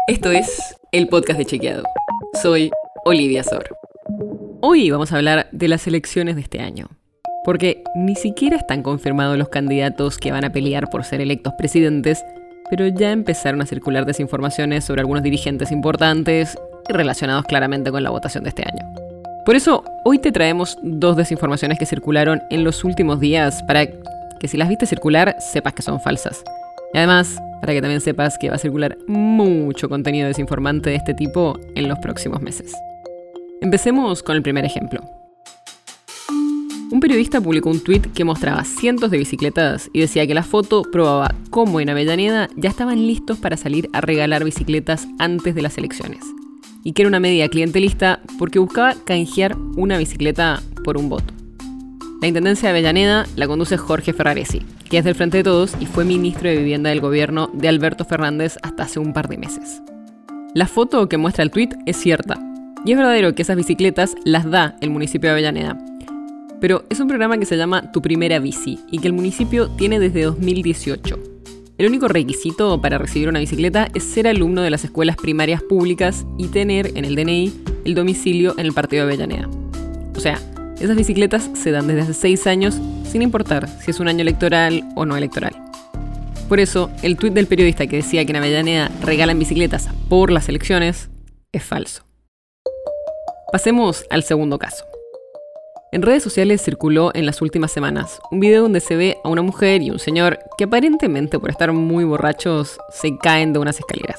Esto es el podcast de Chequeado. Soy Olivia Sor. Hoy vamos a hablar de las elecciones de este año, porque ni siquiera están confirmados los candidatos que van a pelear por ser electos presidentes, pero ya empezaron a circular desinformaciones sobre algunos dirigentes importantes y relacionados claramente con la votación de este año. Por eso, hoy te traemos 2 desinformaciones que circularon en los últimos días para que si las viste circular, sepas que son falsas. Y además, para que también sepas que va a circular mucho contenido desinformante de este tipo en los próximos meses. Empecemos con el primer ejemplo. Un periodista publicó un tuit que mostraba cientos de bicicletas y decía que la foto probaba cómo en Avellaneda ya estaban listos para salir a regalar bicicletas antes de las elecciones. Y que era una medida clientelista porque buscaba canjear una bicicleta por un voto. La intendencia de Avellaneda la conduce Jorge Ferraresi, que es del Frente de Todos y fue ministro de Vivienda del gobierno de Alberto Fernández hasta hace un par de meses. La foto que muestra el tuit es cierta, y es verdadero que esas bicicletas las da el municipio de Avellaneda. Pero es un programa que se llama Tu Primera Bici y que el municipio tiene desde 2018. El único requisito para recibir una bicicleta es ser alumno de las escuelas primarias públicas y tener en el DNI el domicilio en el partido de Avellaneda. O sea, esas bicicletas se dan desde hace 6 años sin importar si es un año electoral o no electoral. Por eso, el tuit del periodista que decía que en Avellaneda regalan bicicletas por las elecciones es falso. Pasemos al segundo caso. En redes sociales circuló en las últimas semanas un video donde se ve a una mujer y un señor que aparentemente por estar muy borrachos se caen de unas escaleras.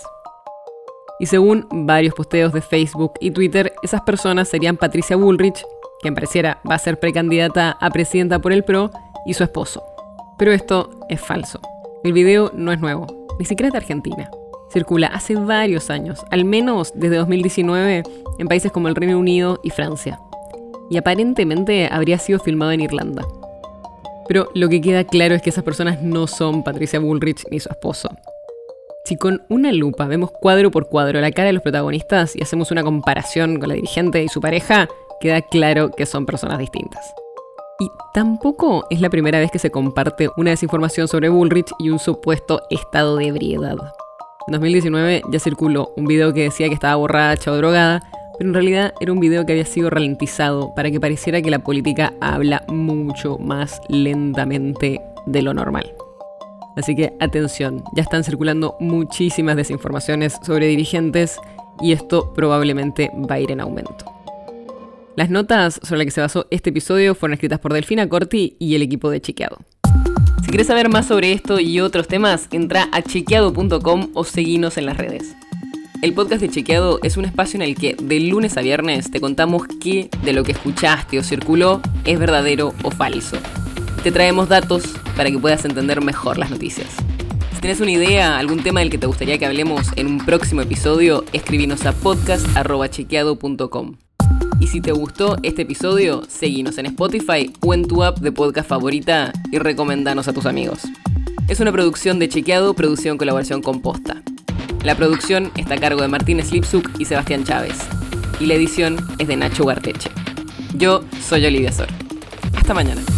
Y según varios posteos de Facebook y Twitter, esas personas serían Patricia Bullrich, quien pareciera va a ser precandidata a presidenta por el PRO, y su esposo. Pero esto es falso. El video no es nuevo, ni siquiera es de Argentina. Circula hace varios años, al menos desde 2019, en países como el Reino Unido y Francia. Y aparentemente habría sido filmado en Irlanda. Pero lo que queda claro es que esas personas no son Patricia Bullrich ni su esposo. Si con una lupa vemos cuadro por cuadro la cara de los protagonistas y hacemos una comparación con la dirigente y su pareja, queda claro que son personas distintas. Y tampoco es la primera vez que se comparte una desinformación sobre Bullrich y un supuesto estado de ebriedad. En 2019 ya circuló un video que decía que estaba borracha o drogada, pero en realidad era un video que había sido ralentizado para que pareciera que la política habla mucho más lentamente de lo normal. Así que atención, ya están circulando muchísimas desinformaciones sobre dirigentes y esto probablemente va a ir en aumento. Las notas sobre las que se basó este episodio fueron escritas por Delfina Corti y el equipo de Chequeado. Si querés saber más sobre esto y otros temas, entra a chequeado.com o seguinos en las redes. El podcast de Chequeado es un espacio en el que de lunes a viernes te contamos qué de lo que escuchaste o circuló es verdadero o falso. Te traemos datos para que puedas entender mejor las noticias. Si tenés una idea, algún tema del que te gustaría que hablemos en un próximo episodio, escribinos a podcast@chequeado.com. Y si te gustó este episodio, seguinos en Spotify o en tu app de podcast favorita y recomendanos a tus amigos. Es una producción de Chequeado, producida en colaboración con Posta. La producción está a cargo de Martín Slipsuk y Sebastián Chávez. Y la edición es de Nacho Garteche. Yo soy Olivia Sor. Hasta mañana.